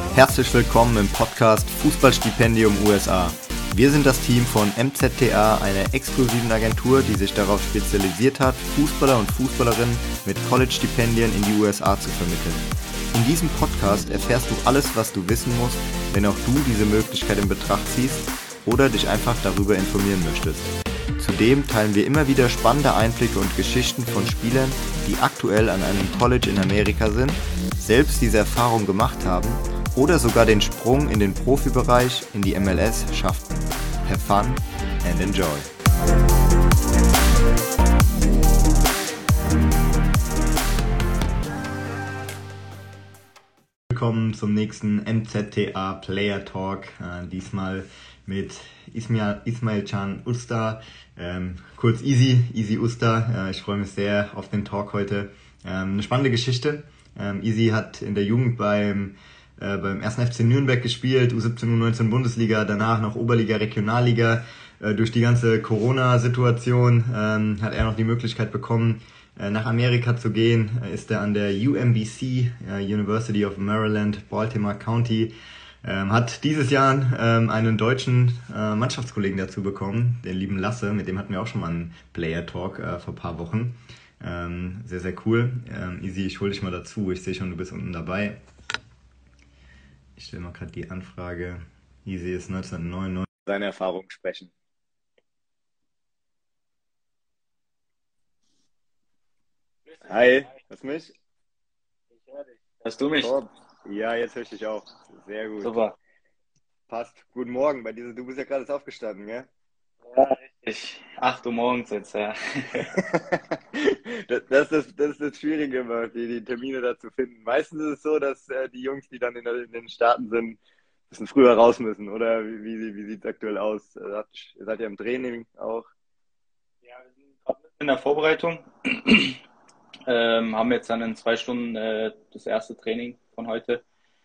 Herzlich willkommen im Podcast Fußballstipendium USA. Wir sind das Team von MZTA, einer exklusiven Agentur, die sich darauf spezialisiert hat, Fußballer und Fußballerinnen mit College-Stipendien in die USA zu vermitteln. In diesem Podcast erfährst du alles, was du wissen musst, wenn auch du diese Möglichkeit in Betracht ziehst oder dich einfach darüber informieren möchtest. Zudem teilen wir immer wieder spannende Einblicke und Geschichten von Spielern, die aktuell an einem College in Amerika sind, selbst diese Erfahrung gemacht haben oder sogar den Sprung in den Profibereich in die MLS schafften. Have fun and enjoy! Willkommen zum nächsten MZTA Player Talk, diesmal mit Ismail Can Usta, kurz Easy Usta. Ich freue mich sehr auf den Talk heute. Eine spannende Geschichte. Easy hat in der Jugend beim 1. FC Nürnberg gespielt, U17, U19 Bundesliga, danach noch Oberliga, Regionalliga. Durch die ganze Corona-Situation hat er noch die Möglichkeit bekommen, nach Amerika zu gehen. Ist er an der UMBC, University of Maryland, Baltimore County. Hat dieses Jahr einen deutschen Mannschaftskollegen dazu bekommen, den lieben Lasse, mit dem hatten wir auch schon mal einen Player Talk vor ein paar Wochen. Sehr, sehr cool. Easy, ich hole dich mal dazu. Ich sehe schon, du bist unten dabei. Ich stelle mal gerade die Anfrage. Easy ist 1999. Seine Erfahrung sprechen. Hi, hörst du mich? Ich höre dich. Hörst du mich? Top. Ja, jetzt höre ich dich auch. Sehr gut. Super. Passt. Guten Morgen. Du bist ja gerade erst aufgestanden, gell? Ja, richtig. 8 Uhr morgens jetzt, ja. Das ist das Schwierige immer, die Termine da zu finden. Meistens ist es so, dass die Jungs, die dann in den Staaten sind, ein bisschen früher raus müssen, oder? Wie sieht es aktuell aus? Ihr seid ja im Training auch. Ja, wir sind gerade in der Vorbereitung. Haben jetzt dann in 2 Stunden das erste Training von heute.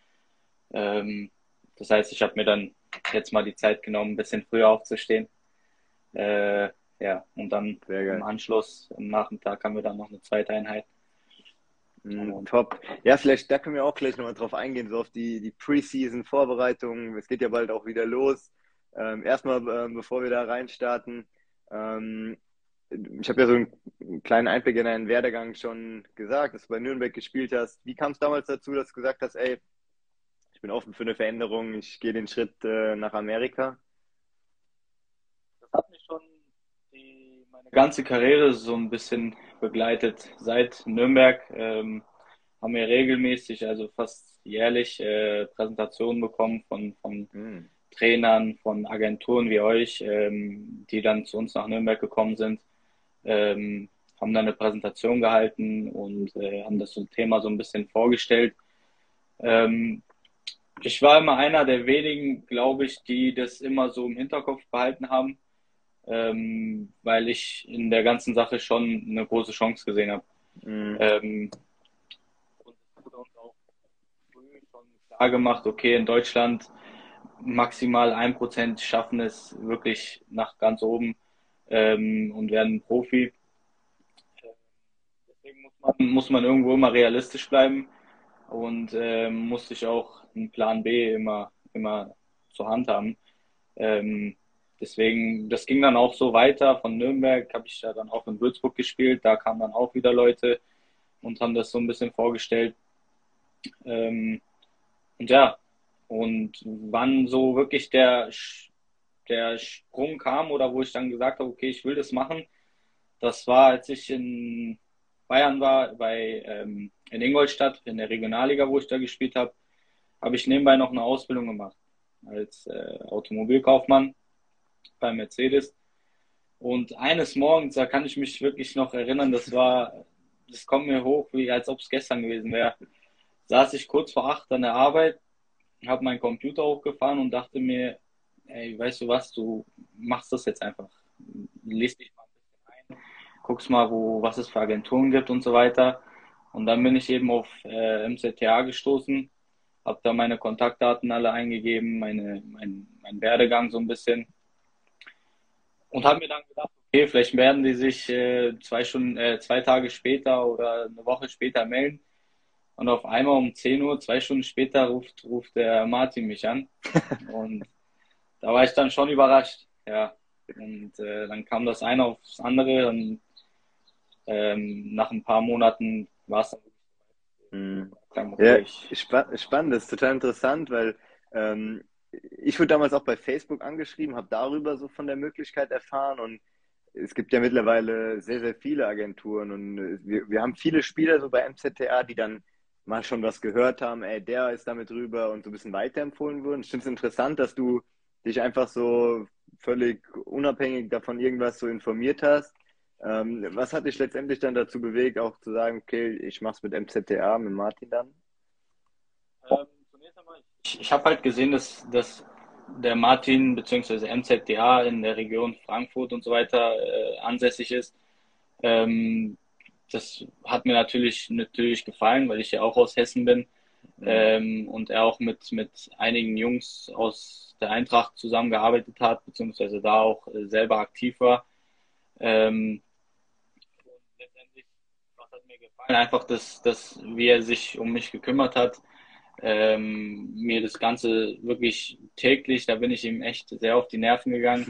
Das heißt, ich habe mir dann jetzt mal die Zeit genommen, ein bisschen früher aufzustehen. Ja, und dann im Anschluss, am Nachmittag, haben wir dann noch eine zweite Einheit. Top. Ja, vielleicht, da können wir auch gleich nochmal drauf eingehen, so auf die Preseason-Vorbereitung. Es geht ja bald auch wieder los. Erstmal, bevor wir da reinstarten, ich habe ja so einen kleinen Einblick in deinen Werdegang schon gesagt, dass du bei Nürnberg gespielt hast. Wie kam es damals dazu, dass du gesagt hast, ey, ich bin offen für eine Veränderung, ich gehe den Schritt nach Amerika? Das hat mich schon meine ganze Karriere so ein bisschen begleitet. Seit Nürnberg haben wir regelmäßig, also fast jährlich, Präsentationen bekommen von Trainern, von Agenturen wie euch, die dann zu uns nach Nürnberg gekommen sind, haben dann eine Präsentation gehalten und haben das Thema so ein bisschen vorgestellt. Ich war immer einer der wenigen, glaube ich, die das immer so im Hinterkopf behalten haben, weil ich in der ganzen Sache schon eine große Chance gesehen habe. Und es wurde uns auch früh schon klar gemacht, okay, in Deutschland maximal 1% schaffen es wirklich nach ganz oben und werden Profi. Deswegen muss man irgendwo immer realistisch bleiben und muss sich auch einen Plan B immer zur Hand haben. Deswegen, das ging dann auch so weiter. Von Nürnberg habe ich ja dann auch in Würzburg gespielt. Da kamen dann auch wieder Leute und haben das so ein bisschen vorgestellt. Und ja, und wann so wirklich der Sprung kam oder wo ich dann gesagt habe, okay, ich will das machen, das war, als ich in Bayern war, in Ingolstadt, in der Regionalliga, wo ich da gespielt habe, habe ich nebenbei noch eine Ausbildung gemacht als Automobilkaufmann bei Mercedes. Und eines Morgens, da kann ich mich wirklich noch erinnern, das kommt mir hoch, wie als ob es gestern gewesen wäre. Saß ich kurz vor 8 an der Arbeit, habe meinen Computer hochgefahren und dachte mir, ey, weißt du was, du machst das jetzt einfach. Lies dich mal ein bisschen ein, guckst mal, was es für Agenturen gibt und so weiter. Und dann bin ich eben auf MZTA gestoßen, habe da meine Kontaktdaten alle eingegeben, mein Werdegang so ein bisschen. Und habe mir dann gedacht, okay, vielleicht werden die sich 2 Tage später oder eine Woche später melden. Und auf einmal um 10 Uhr, 2 Stunden später, ruft der Martin mich an. Und da war ich dann schon überrascht. Ja. Und dann kam das eine aufs andere. Und nach ein paar Monaten war es Mhm. dann Ja, okay, spannend, das ist total interessant, weil ähm, ich wurde damals auch bei Facebook angeschrieben, habe darüber so von der Möglichkeit erfahren und es gibt ja mittlerweile sehr, sehr viele Agenturen und wir haben viele Spieler so bei MZTA, die dann mal schon was gehört haben, ey, der ist damit drüber und so ein bisschen weiterempfohlen wurden. Ich finde es interessant, dass du dich einfach so völlig unabhängig davon irgendwas so informiert hast. Was hat dich letztendlich dann dazu bewegt, auch zu sagen, okay, ich mache es mit MZTA, mit Martin dann? zunächst einmal, ich habe halt gesehen, dass der Martin bzw. MZDA in der Region Frankfurt und so weiter ansässig ist. Ähm, Das hat mir natürlich gefallen, weil ich ja auch aus Hessen bin und er auch mit einigen Jungs aus der Eintracht zusammengearbeitet hat, beziehungsweise da auch selber aktiv war. Ähm, Letztendlich, was hat mir gefallen? Einfach, wie er sich um mich gekümmert hat, mir das Ganze wirklich täglich, da bin ich ihm echt sehr auf die Nerven gegangen,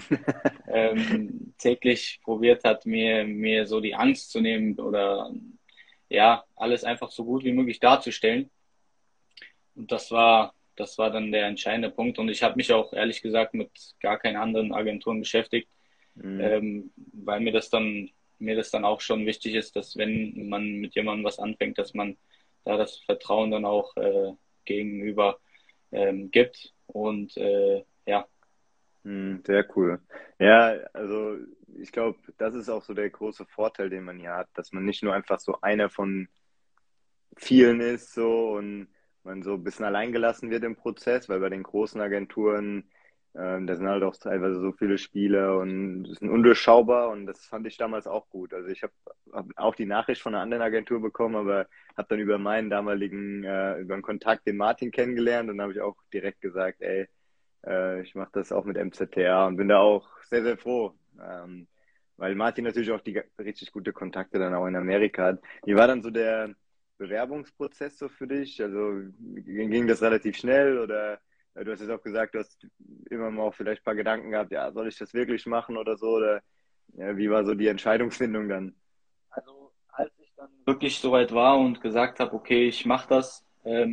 täglich probiert hat, mir so die Angst zu nehmen oder ja, alles einfach so gut wie möglich darzustellen. Und das war dann der entscheidende Punkt. Und ich habe mich auch ehrlich gesagt mit gar keinen anderen Agenturen beschäftigt, Mhm. weil mir das dann auch schon wichtig ist, dass wenn man mit jemandem was anfängt, dass man da das Vertrauen dann auch gegenüber gibt. Und ja, Sehr cool. Ja, also ich glaube, das ist auch so der große Vorteil, den man hier hat, dass man nicht nur einfach so einer von vielen ist so und man so ein bisschen alleingelassen wird im Prozess, weil bei den großen Agenturen, da sind halt auch teilweise so viele Spieler und es sind undurchschaubar und das fand ich damals auch gut. Also ich hab auch die Nachricht von einer anderen Agentur bekommen, aber habe dann über meinen damaligen, über einen Kontakt den Martin kennengelernt und habe ich auch direkt gesagt, ey, ich mache das auch mit MZTA und bin da auch sehr, sehr froh. Weil Martin natürlich auch die richtig gute Kontakte dann auch in Amerika hat. Wie war dann so der Bewerbungsprozess so für dich? Also ging das relativ schnell oder du hast jetzt auch gesagt, du hast immer mal auch vielleicht ein paar Gedanken gehabt, ja, soll ich das wirklich machen oder so? Oder ja, wie war so die Entscheidungsfindung dann? also als ich dann wirklich soweit war und gesagt habe, okay, ich mache das,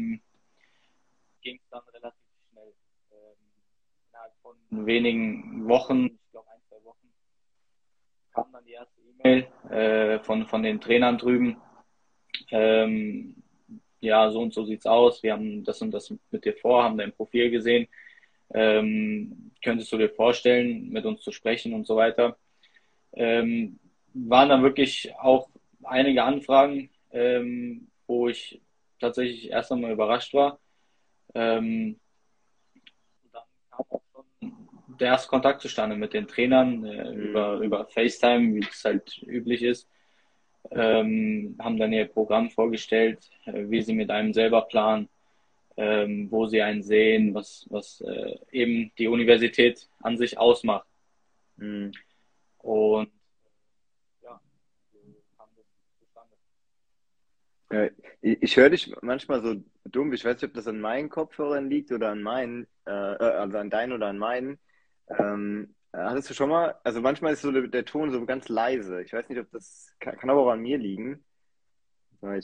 ging es dann relativ schnell. Innerhalb von wenigen Wochen, ich glaube 1, 2 Wochen, kam dann die erste E-Mail von den Trainern drüben. Ähm, ja, so und so sieht's aus. Wir haben das und das mit dir vor, haben dein Profil gesehen. Könntest du dir vorstellen, mit uns zu sprechen und so weiter? Waren dann wirklich auch einige Anfragen, wo ich tatsächlich erst einmal überrascht war. Ähm, Dann kam auch schon der erste Kontakt zustande mit den Trainern Mhm. über FaceTime, wie es halt üblich ist. Haben dann ihr Programm vorgestellt, wie sie mit einem selber planen, wo sie einen sehen, was eben die Universität an sich ausmacht. Mhm. Und ja, so kam das zustande. Ja, ich höre dich manchmal so dumm. Ich weiß nicht, ob das an meinen Kopfhörern liegt oder an meinen, also an deinen oder an meinen. Hattest du schon mal, also manchmal ist so der Ton so ganz leise. Ich weiß nicht, ob das kann aber auch an mir liegen. Ja,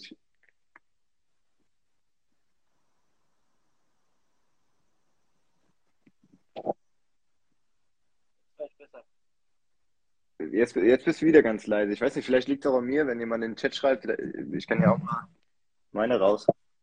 Vielleicht besser. jetzt bist du wieder ganz leise. Ich weiß nicht, vielleicht liegt es auch an mir, wenn jemand in den Chat schreibt. Ich kann ja auch mal meine raus.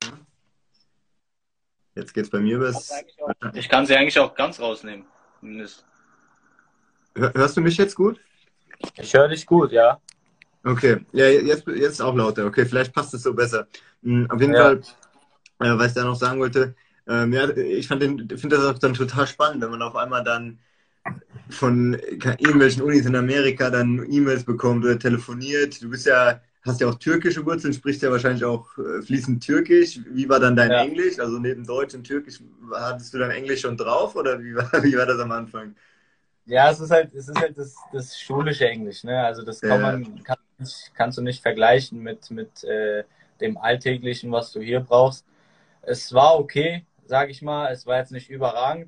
Jetzt geht's bei mir bis. Ich kann sie eigentlich auch ganz rausnehmen. Zumindest. Hörst du mich jetzt gut? Ich höre dich gut, ja. Okay, ja, jetzt auch lauter. Okay, vielleicht passt es so besser. Auf jeden Ja, Fall, was ich da noch sagen wollte, ja, ich finde das auch dann total spannend, wenn man auf einmal dann von irgendwelchen Unis in Amerika dann E-Mails bekommt oder telefoniert. Hast ja auch türkische Wurzeln, sprichst ja wahrscheinlich auch fließend Türkisch. Wie war dann dein ja. Englisch? Also neben Deutsch und Türkisch, hattest du dein Englisch schon drauf oder wie war das am Anfang? Ja, es ist halt das schulische Englisch, ne? Also das Ja, kannst du nicht vergleichen mit dem Alltäglichen, was du hier brauchst. Es war okay, sage ich mal. Es war jetzt nicht überragend.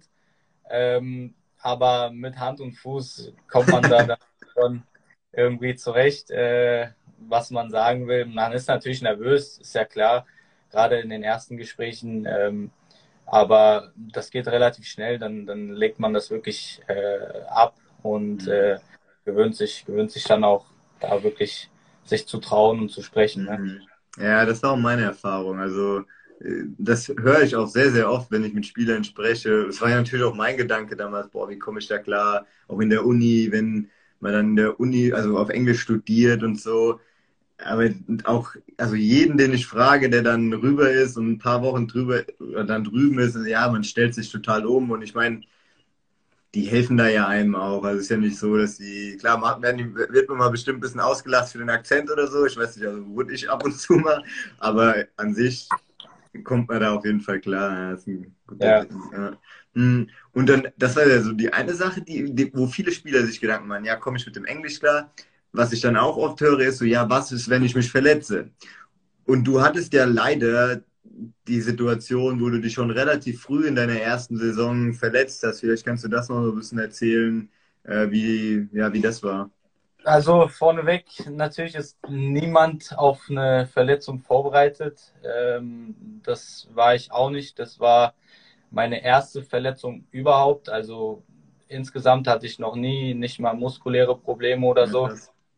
Aber mit Hand und Fuß kommt man da dann schon irgendwie zurecht, was man sagen will. Man ist natürlich nervös, ist ja klar, gerade in den ersten Gesprächen. Aber das geht relativ schnell, dann legt man das wirklich ab und gewöhnt sich dann auch da wirklich sich zu trauen und zu sprechen. Ne? Ja, das war auch meine Erfahrung. Also das höre ich auch sehr, sehr oft, wenn ich mit Spielern spreche. Es war ja natürlich auch mein Gedanke damals, boah, wie komme ich da klar? Auch in der Uni, wenn man dann in der Uni, also auf Englisch studiert und so. Aber auch, also jeden, den ich frage, der dann rüber ist und ein paar Wochen drüber oder dann drüben ist, ja, man stellt sich total um. Und ich meine, die helfen da ja einem auch. Also es ist ja nicht so, dass die, klar, wird man mal bestimmt ein bisschen ausgelacht für den Akzent oder so. Ich weiß nicht, also wurde ich ab und zu mal. Aber an sich kommt man da auf jeden Fall klar. Ja, das ist ein guter Tipp. Ja. Und dann, das war ja so die eine Sache, wo viele Spieler sich Gedanken machen, ja, komme ich mit dem Englisch klar? Was ich dann auch oft höre, ist so, ja, was ist, wenn ich mich verletze? Und du hattest ja leider die Situation, wo du dich schon relativ früh in deiner ersten Saison verletzt hast. Vielleicht kannst du das noch so ein bisschen erzählen, wie das war. Also vorneweg, natürlich ist niemand auf eine Verletzung vorbereitet. Das war ich auch nicht. Das war meine erste Verletzung überhaupt. Also insgesamt hatte ich noch nie, nicht mal muskuläre Probleme oder so.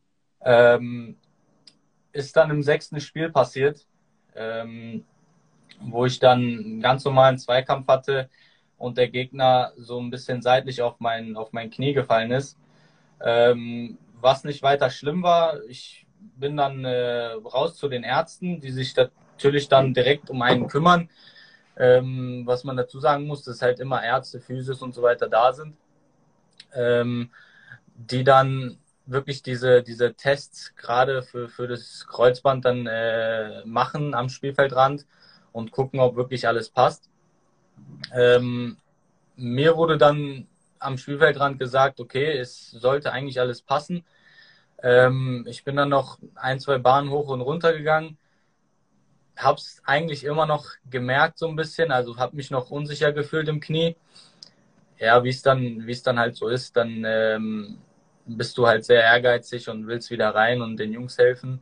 Ist dann im 6. Spiel passiert, wo ich dann einen ganz normalen Zweikampf hatte und der Gegner so ein bisschen seitlich auf mein Knie gefallen ist. Was nicht weiter schlimm war. Ich bin dann raus zu den Ärzten, die sich natürlich dann direkt um einen kümmern. Was man dazu sagen muss, dass halt immer Ärzte, Physios und so weiter da sind, die dann wirklich diese Tests gerade für das Kreuzband dann machen am Spielfeldrand und gucken, ob wirklich alles passt. Mir wurde dann am Spielfeldrand gesagt, okay, es sollte eigentlich alles passen. Ich bin dann noch 1, 2 Bahnen hoch und runter gegangen. Hab's eigentlich immer noch gemerkt so ein bisschen, also habe mich noch unsicher gefühlt im Knie. Ja, wie es dann halt so ist, dann bist du halt sehr ehrgeizig und willst wieder rein und den Jungs helfen.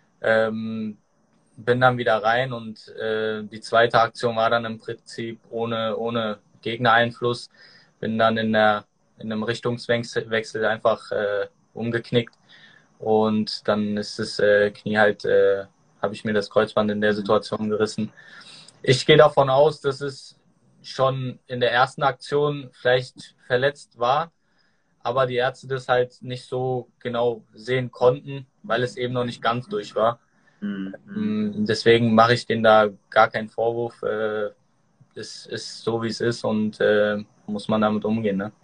Bin dann wieder rein und die zweite Aktion war dann im Prinzip ohne Gegnereinfluss. Bin dann in einem Richtungswechsel einfach umgeknickt und dann ist das Knie halt, habe ich mir das Kreuzband in der Situation gerissen. Ich gehe davon aus, dass es schon in der ersten Aktion vielleicht verletzt war, aber die Ärzte das halt nicht so genau sehen konnten, weil es eben noch nicht ganz durch war. Deswegen mache ich denen da gar keinen Vorwurf. Es ist so, wie es ist und muss man damit umgehen. Ne?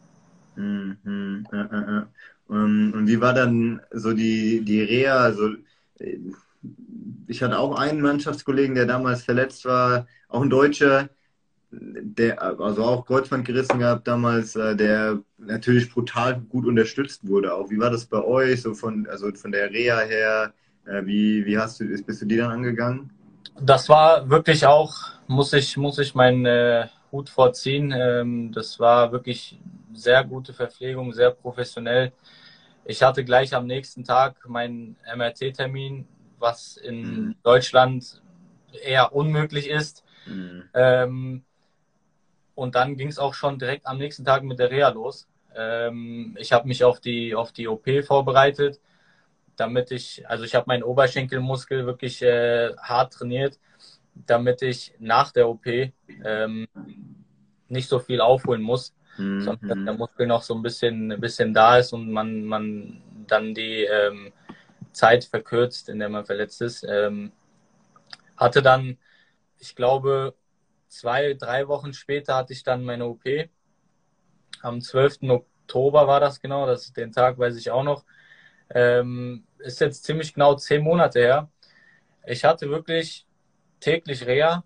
Und wie war dann so die Reha? Also ich hatte auch einen Mannschaftskollegen, der damals verletzt war, auch ein Deutscher, der also auch Kreuzband gerissen gehabt damals, der natürlich brutal gut unterstützt wurde. Auch wie war das bei euch, so von der Reha her? Bist du die dann angegangen? Das war wirklich auch, muss ich meinen Hut vorziehen. Das war wirklich sehr gute Verpflegung, sehr professionell. Ich hatte gleich am nächsten Tag meinen MRT-Termin, was in Deutschland eher unmöglich ist. Und dann ging es auch schon direkt am nächsten Tag mit der Reha los. Ich habe mich auf die OP vorbereitet, ich habe meinen Oberschenkelmuskel wirklich hart trainiert, damit ich nach der OP nicht so viel aufholen muss, sondern dass der Muskel noch so ein bisschen da ist und man dann die Zeit verkürzt, in der man verletzt ist. Hatte dann, ich glaube, 2, 3 Wochen später hatte ich dann meine OP. Am 12. Oktober war das genau, den Tag weiß ich auch noch. Ist jetzt ziemlich genau 10 Monate her. Ich hatte wirklich täglich Reha.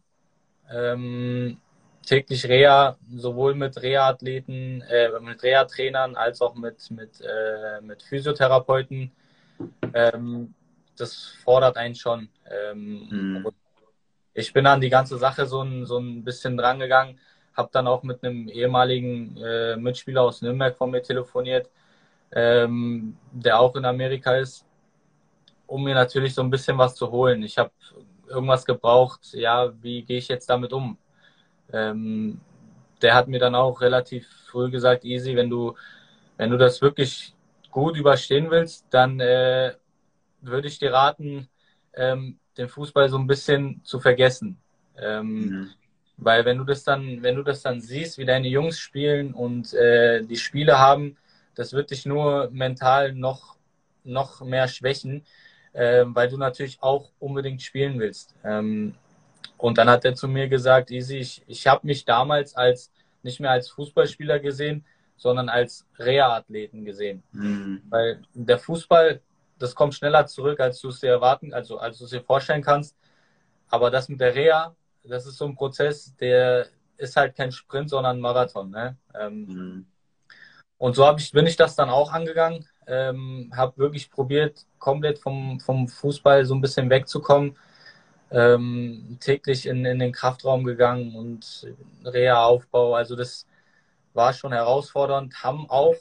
Sowohl mit Reha-Athleten, mit Reha-Trainern als auch mit Physiotherapeuten. das fordert einen schon. Mhm. Ich bin an die ganze Sache so ein bisschen drangegangen, habe dann auch mit einem ehemaligen Mitspieler aus Nürnberg von mir telefoniert, der auch in Amerika ist, um mir natürlich so ein bisschen was zu holen. Ich habe irgendwas gebraucht, ja, wie gehe ich jetzt damit um? Ähm, Der hat mir dann auch relativ früh gesagt, easy, wenn du das wirklich gut überstehen willst, dann würde ich dir raten, den Fußball so ein bisschen zu vergessen. Mhm. Weil wenn du das dann siehst, wie deine Jungs spielen und die Spiele haben, das wird dich nur mental noch mehr schwächen, weil du natürlich auch unbedingt spielen willst. Und dann hat er zu mir gesagt, Easy, ich habe mich damals als nicht mehr als Fußballspieler gesehen, sondern als Reha-Athleten gesehen. Mhm. Weil der Fußball, das kommt schneller zurück, als du es dir erwarten, also als du es dir vorstellen kannst. Aber das mit der Reha, das ist so ein Prozess, der ist halt kein Sprint, sondern ein Marathon. Ne? Mhm. Und bin ich das dann auch angegangen. Habe wirklich probiert, komplett vom Fußball so ein bisschen wegzukommen. Täglich in den Kraftraum gegangen und Reha-Aufbau. Also das war schon herausfordernd. Haben auch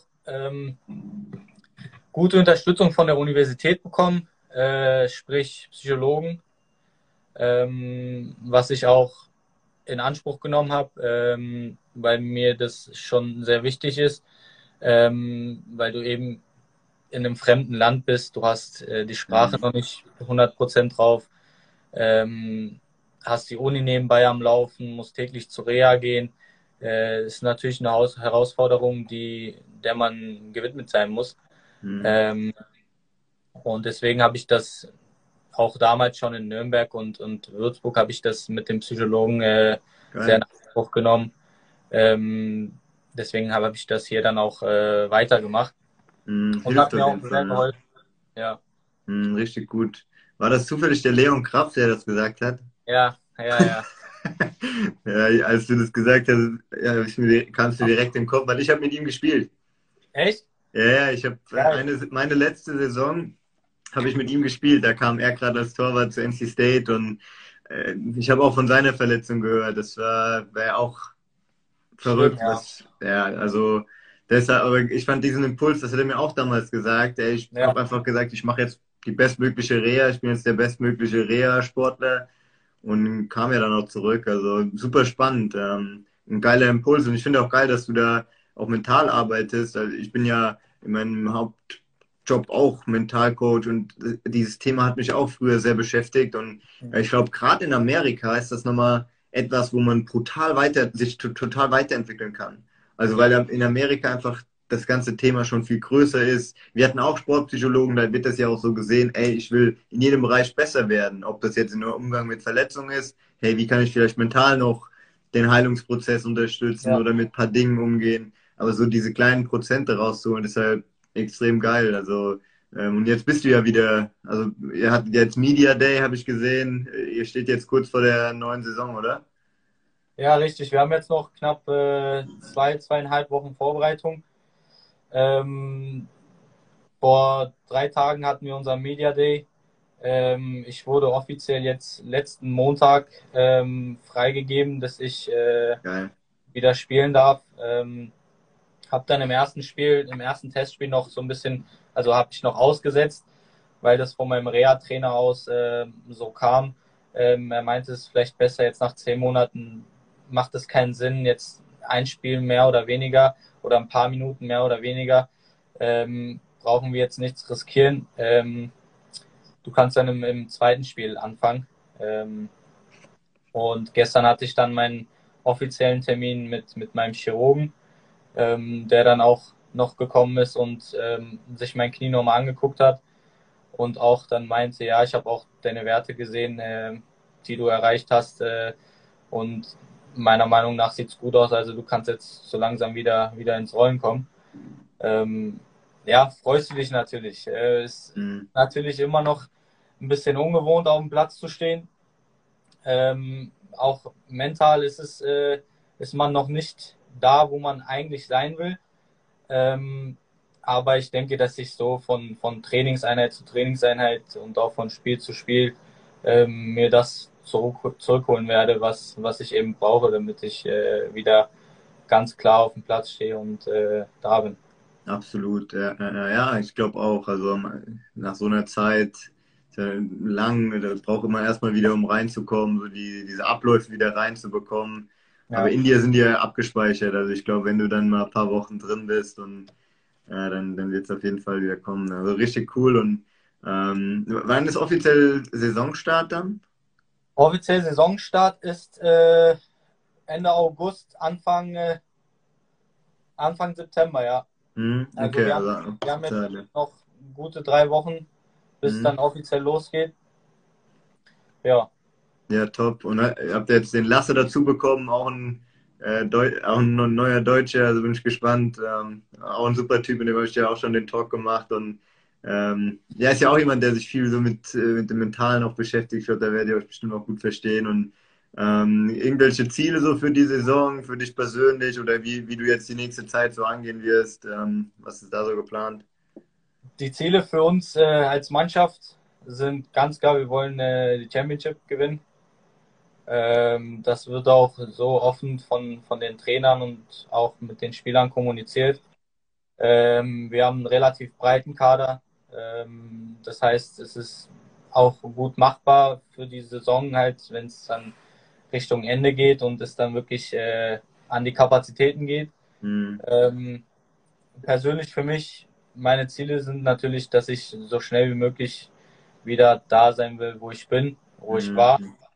gute Unterstützung von der Universität bekommen, sprich Psychologen, was ich auch in Anspruch genommen habe, weil mir das schon sehr wichtig ist, weil du eben in einem fremden Land bist, du hast die Sprache Mhm. noch nicht 100% drauf, ähm, hast die Uni nebenbei am Laufen, musst täglich zur Reha gehen. Ist natürlich eine Herausforderung, der man gewidmet sein muss. Mhm. Ähm, und deswegen habe ich das auch damals schon in Nürnberg und Würzburg habe ich das mit dem Psychologen sehr in Geil. Anspruch genommen. Deswegen habe ich das hier dann auch weitergemacht Mhm. und Hilft hat auf mir auch jeden sehr Fall, ja. geholfen. Ja, Mhm. Richtig gut. War das zufällig der Leon Kraft, der das gesagt hat? ja, ja, ja. Ja, als du das gesagt hast, ja, kamst du direkt im Kopf, weil ich habe mit ihm gespielt. Echt? Ja, ja, ich habe Geil. meine letzte Saison habe ich mit ihm gespielt. Da kam er gerade als Torwart zu NC State und ich habe auch von seiner Verletzung gehört. Wäre auch Schlimm, verrückt, ja. was, ja, also deshalb, aber ich fand diesen Impuls, das hat er mir auch damals gesagt. Ey, ich Ja, habe einfach gesagt, ich mache jetzt die bestmögliche Reha, ich bin jetzt der bestmögliche Reha-Sportler und kam ja dann auch zurück. Also super spannend, ein geiler Impuls und ich finde auch geil, dass du da auch mental arbeitest. Also ich bin ja in meinem Hauptjob auch Mentalcoach und dieses Thema hat mich auch früher sehr beschäftigt und ich glaube, gerade in Amerika ist das nochmal etwas, wo man sich total weiterentwickeln kann. Also weil in Amerika einfach das ganze Thema schon viel größer ist. Wir hatten auch Sportpsychologen, da wird das ja auch so gesehen, ey, ich will in jedem Bereich besser werden. Ob das jetzt in der Umgang mit Verletzungen ist, hey, wie kann ich vielleicht mental noch den Heilungsprozess unterstützen ja. oder mit ein paar Dingen umgehen. Aber so diese kleinen Prozente rauszuholen, ist halt extrem geil. Also und jetzt bist du ja wieder, also ihr hattet jetzt Media Day, habe ich gesehen. Ihr steht jetzt kurz vor der neuen Saison, oder? Ja, richtig. Wir haben jetzt noch knapp zweieinhalb Wochen Vorbereitung. Ähm, Vor 3 Tagen hatten wir unser Media Day. Ich wurde offiziell jetzt letzten Montag freigegeben, dass ich Geil. wieder spielen darf. Habe dann im ersten Testspiel noch so ein bisschen, also habe ich noch ausgesetzt, weil das von meinem Reha-Trainer aus so kam. Er meinte, es ist vielleicht besser jetzt nach 10 Monaten, macht es keinen Sinn, jetzt ein Spiel mehr oder weniger oder ein paar Minuten mehr oder weniger. Brauchen wir jetzt nichts riskieren. Du kannst dann im zweiten Spiel anfangen. Ähm, und gestern hatte ich dann meinen offiziellen Termin mit meinem Chirurgen, der dann auch noch gekommen ist und sich mein Knie nochmal angeguckt hat und auch dann meinte, ja, ich habe auch deine Werte gesehen, die du erreicht hast, und meiner Meinung nach sieht's gut aus, also du kannst jetzt so langsam wieder ins Rollen kommen. Ähm, ja, freust du dich natürlich. Ist Mhm. natürlich immer noch ein bisschen ungewohnt, auf dem Platz zu stehen. Auch mental ist man noch nicht da, wo man eigentlich sein will. Ähm, Aber ich denke, dass ich so von Trainingseinheit zu Trainingseinheit und auch von Spiel zu Spiel mir das zurückholen werde, was ich eben brauche, damit ich wieder ganz klar auf dem Platz stehe und da bin. Absolut, ja, ich glaube auch. Also nach so einer Zeit, ist ja lang, das braucht man erstmal wieder, um reinzukommen, so diese Abläufe wieder reinzubekommen. Aber Ja. in dir sind die ja abgespeichert. Also ich glaube, wenn du dann mal ein paar Wochen drin bist und dann wird es auf jeden Fall wieder kommen. Also richtig cool. Und wann ist offiziell Saisonstart dann? Offiziell Saisonstart ist Ende August, Anfang September, ja. Also Okay, wir also haben jetzt Zeit, ja. noch gute 3 Wochen, bis es dann offiziell losgeht. Ja. Ja, top. Und habt ihr jetzt den Lasse dazu bekommen, auch ein neuer Deutscher, also bin ich gespannt. Auch ein super Typ, mit dem habe ich ja auch schon den Talk gemacht. Und ja, ist ja auch jemand, der sich viel so mit dem Mentalen auch beschäftigt. Ich glaube, da werdet ihr euch bestimmt auch gut verstehen. Und irgendwelche Ziele so für die Saison, für dich persönlich oder wie du jetzt die nächste Zeit so angehen wirst, was ist da so geplant? Die Ziele für uns als Mannschaft sind ganz klar, wir wollen die Championship gewinnen. Das wird auch so offen von den Trainern und auch mit den Spielern kommuniziert. Wir haben einen relativ breiten Kader. Das heißt, es ist auch gut machbar für die Saison, halt, wenn es dann Richtung Ende geht und es dann wirklich an die Kapazitäten geht. Persönlich für mich, meine Ziele sind natürlich, dass ich so schnell wie möglich wieder da sein will, wo ich bin, wo ich war.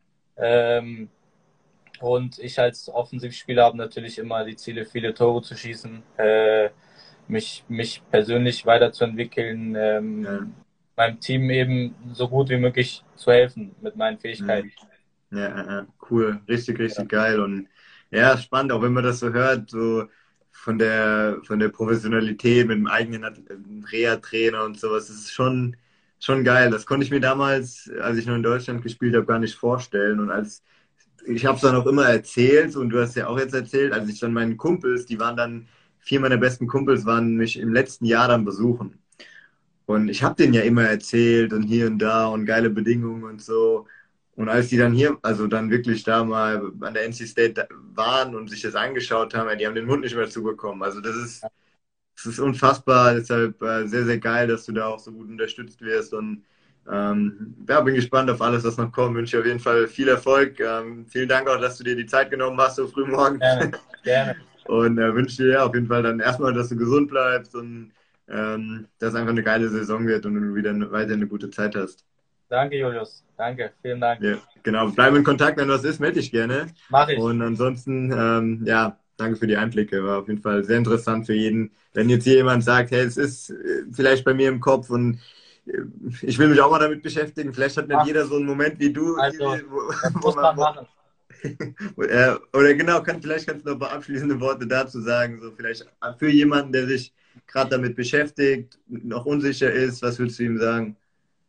Und ich als Offensivspieler habe natürlich immer die Ziele, viele Tore zu schießen, mich persönlich weiterzuentwickeln, meinem Team eben so gut wie möglich zu helfen mit meinen Fähigkeiten. Ja, cool, richtig geil. Und ja, spannend, auch wenn man das so hört, so von der Professionalität mit dem eigenen Reha-Trainer und sowas, das ist schon geil. Das konnte ich mir damals, als ich noch in Deutschland gespielt habe, gar nicht vorstellen. Und ich habe es dann auch immer erzählt und du hast ja auch jetzt erzählt, als ich dann meinen Kumpels, die waren dann, 4 meiner besten Kumpels waren mich im letzten Jahr dann besuchen. Und ich habe denen ja immer erzählt und hier und da und geile Bedingungen und so. Und als die dann hier, also dann wirklich da mal an der NC State waren und sich das angeschaut haben, ja, die haben den Mund nicht mehr zubekommen. Also das ist unfassbar. Deshalb sehr geil, dass du da auch so gut unterstützt wirst. Und ja, bin gespannt auf alles, was noch kommt. Wünsche dir auf jeden Fall viel Erfolg. Vielen Dank auch, dass du dir die Zeit genommen hast, so früh morgens. Gerne. Und wünsche dir ja auf jeden Fall dann erstmal, dass du gesund bleibst und dass es einfach eine geile Saison wird und du wieder weiter eine gute Zeit hast. Danke, Julius. Danke. Vielen Dank. Ja, genau. Bleiben in Kontakt, wenn was ist, melde dich gerne. Mach ich. Und ansonsten, ja, danke für die Einblicke. War auf jeden Fall sehr interessant für jeden. Wenn jetzt hier jemand sagt, hey, es ist vielleicht bei mir im Kopf und ich will mich auch mal damit beschäftigen. Vielleicht hat nicht jeder so einen Moment wie du. Also, das muss man machen. Oder genau, vielleicht kannst du noch ein paar abschließende Worte dazu sagen. So vielleicht für jemanden, der sich gerade damit beschäftigt, noch unsicher ist, was würdest du ihm sagen?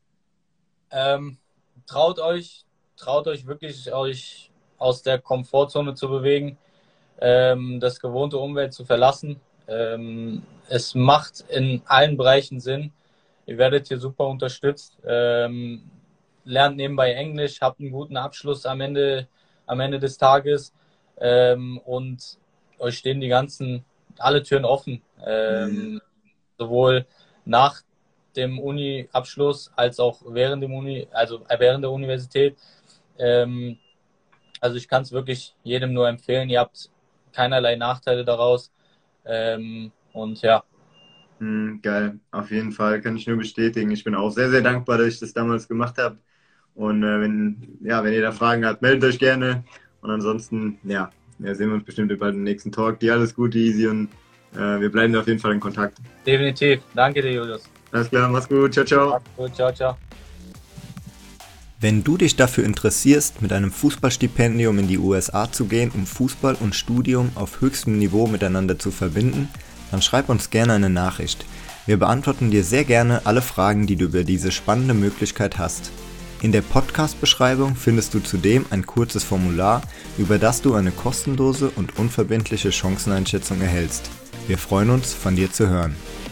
Traut euch wirklich, euch aus der Komfortzone zu bewegen, das gewohnte Umwelt zu verlassen. Es macht in allen Bereichen Sinn. Ihr werdet hier super unterstützt. Lernt nebenbei Englisch, habt einen guten Abschluss am Ende des Tages und euch stehen alle Türen offen. Sowohl nach dem Uni-Abschluss als auch während der Universität. Also ich kann es wirklich jedem nur empfehlen. Ihr habt keinerlei Nachteile daraus. Und ja. Geil, auf jeden Fall kann ich nur bestätigen. Ich bin auch sehr dankbar, dass ich das damals gemacht habe. Und wenn ihr da Fragen habt, meldet euch gerne. Und ansonsten, ja, sehen wir uns bestimmt bald im nächsten Talk. Dir alles Gute, Easy, und wir bleiben auf jeden Fall in Kontakt. Definitiv. Danke dir, Julius. Alles klar, mach's gut. Ciao. Mach's gut, ciao. Wenn du dich dafür interessierst, mit einem Fußballstipendium in die USA zu gehen, um Fußball und Studium auf höchstem Niveau miteinander zu verbinden, dann schreib uns gerne eine Nachricht. Wir beantworten dir sehr gerne alle Fragen, die du über diese spannende Möglichkeit hast. In der Podcast-Beschreibung findest du zudem ein kurzes Formular, über das du eine kostenlose und unverbindliche Chanceneinschätzung erhältst. Wir freuen uns, von dir zu hören.